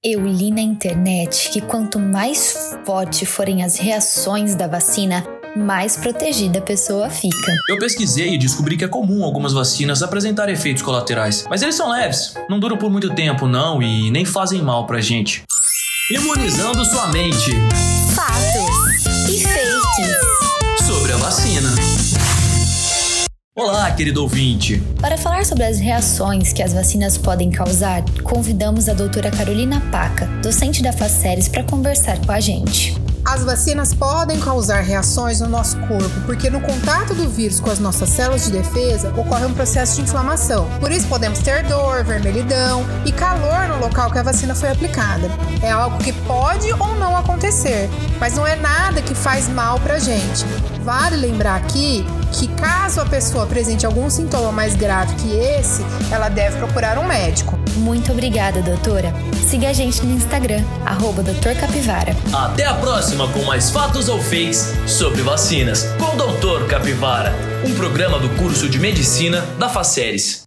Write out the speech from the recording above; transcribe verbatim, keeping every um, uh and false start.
Eu li na internet que quanto mais forte forem as reações da vacina, mais protegida a pessoa fica. Eu pesquisei e descobri que é comum algumas vacinas apresentarem efeitos colaterais, mas eles são leves, não duram por muito tempo não e nem fazem mal pra gente. Imunizando sua mente. Fatos e fakes sobre a vacina. Olá, querido ouvinte! Para falar sobre as reações que as vacinas podem causar, convidamos a doutora Carolina Paca, docente da FACERES, para conversar com a gente. As vacinas podem causar reações no nosso corpo, porque no contato do vírus com as nossas células de defesa ocorre um processo de inflamação. Por isso podemos ter dor, vermelhidão e calor no local que a vacina foi aplicada. É algo que pode ou não acontecer, mas não é nada que faz mal pra gente. Vale lembrar aqui que caso a pessoa apresente algum sintoma mais grave que esse, ela deve procurar um médico. Muito obrigada, doutora. Siga a gente no Instagram, arroba doutor Capivara. Até a próxima com mais fatos ou fakes sobre vacinas com o doutor Capivara, um programa do curso de Medicina da FACERES.